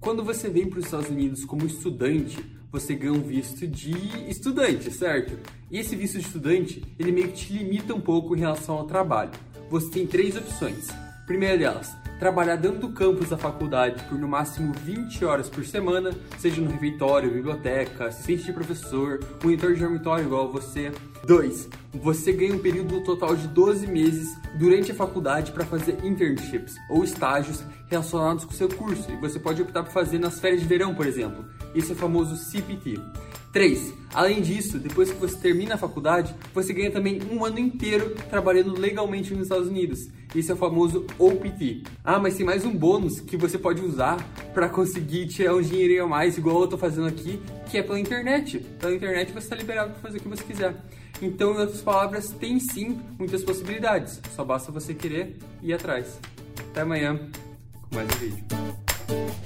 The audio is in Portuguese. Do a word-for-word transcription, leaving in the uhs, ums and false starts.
Quando você vem para os Estados Unidos como estudante, você ganha um visto de estudante, certo? E esse visto de estudante, ele meio que te limita um pouco em relação ao trabalho. Você tem três opções. Primeira delas, trabalhar dentro do campus da faculdade por no máximo vinte horas por semana, seja no refeitório, biblioteca, assistente de professor, monitor de dormitório igual a você. dois. Você ganha um período total de doze meses durante a faculdade para fazer internships ou estágios relacionados com o seu curso, e você pode optar por fazer nas férias de verão, por exemplo. Esse é o famoso C P T. três. Além disso, depois que você termina a faculdade, você ganha também um ano inteiro trabalhando legalmente nos Estados Unidos. Esse é o famoso O P T. Ah, mas tem mais um bônus que você pode usar para conseguir tirar um dinheirinho a mais, igual eu estou fazendo aqui, que é pela internet. Pela internet você está liberado para fazer o que você quiser. Então, em outras palavras, tem sim muitas possibilidades. Só basta você querer ir atrás. Até amanhã com mais um vídeo.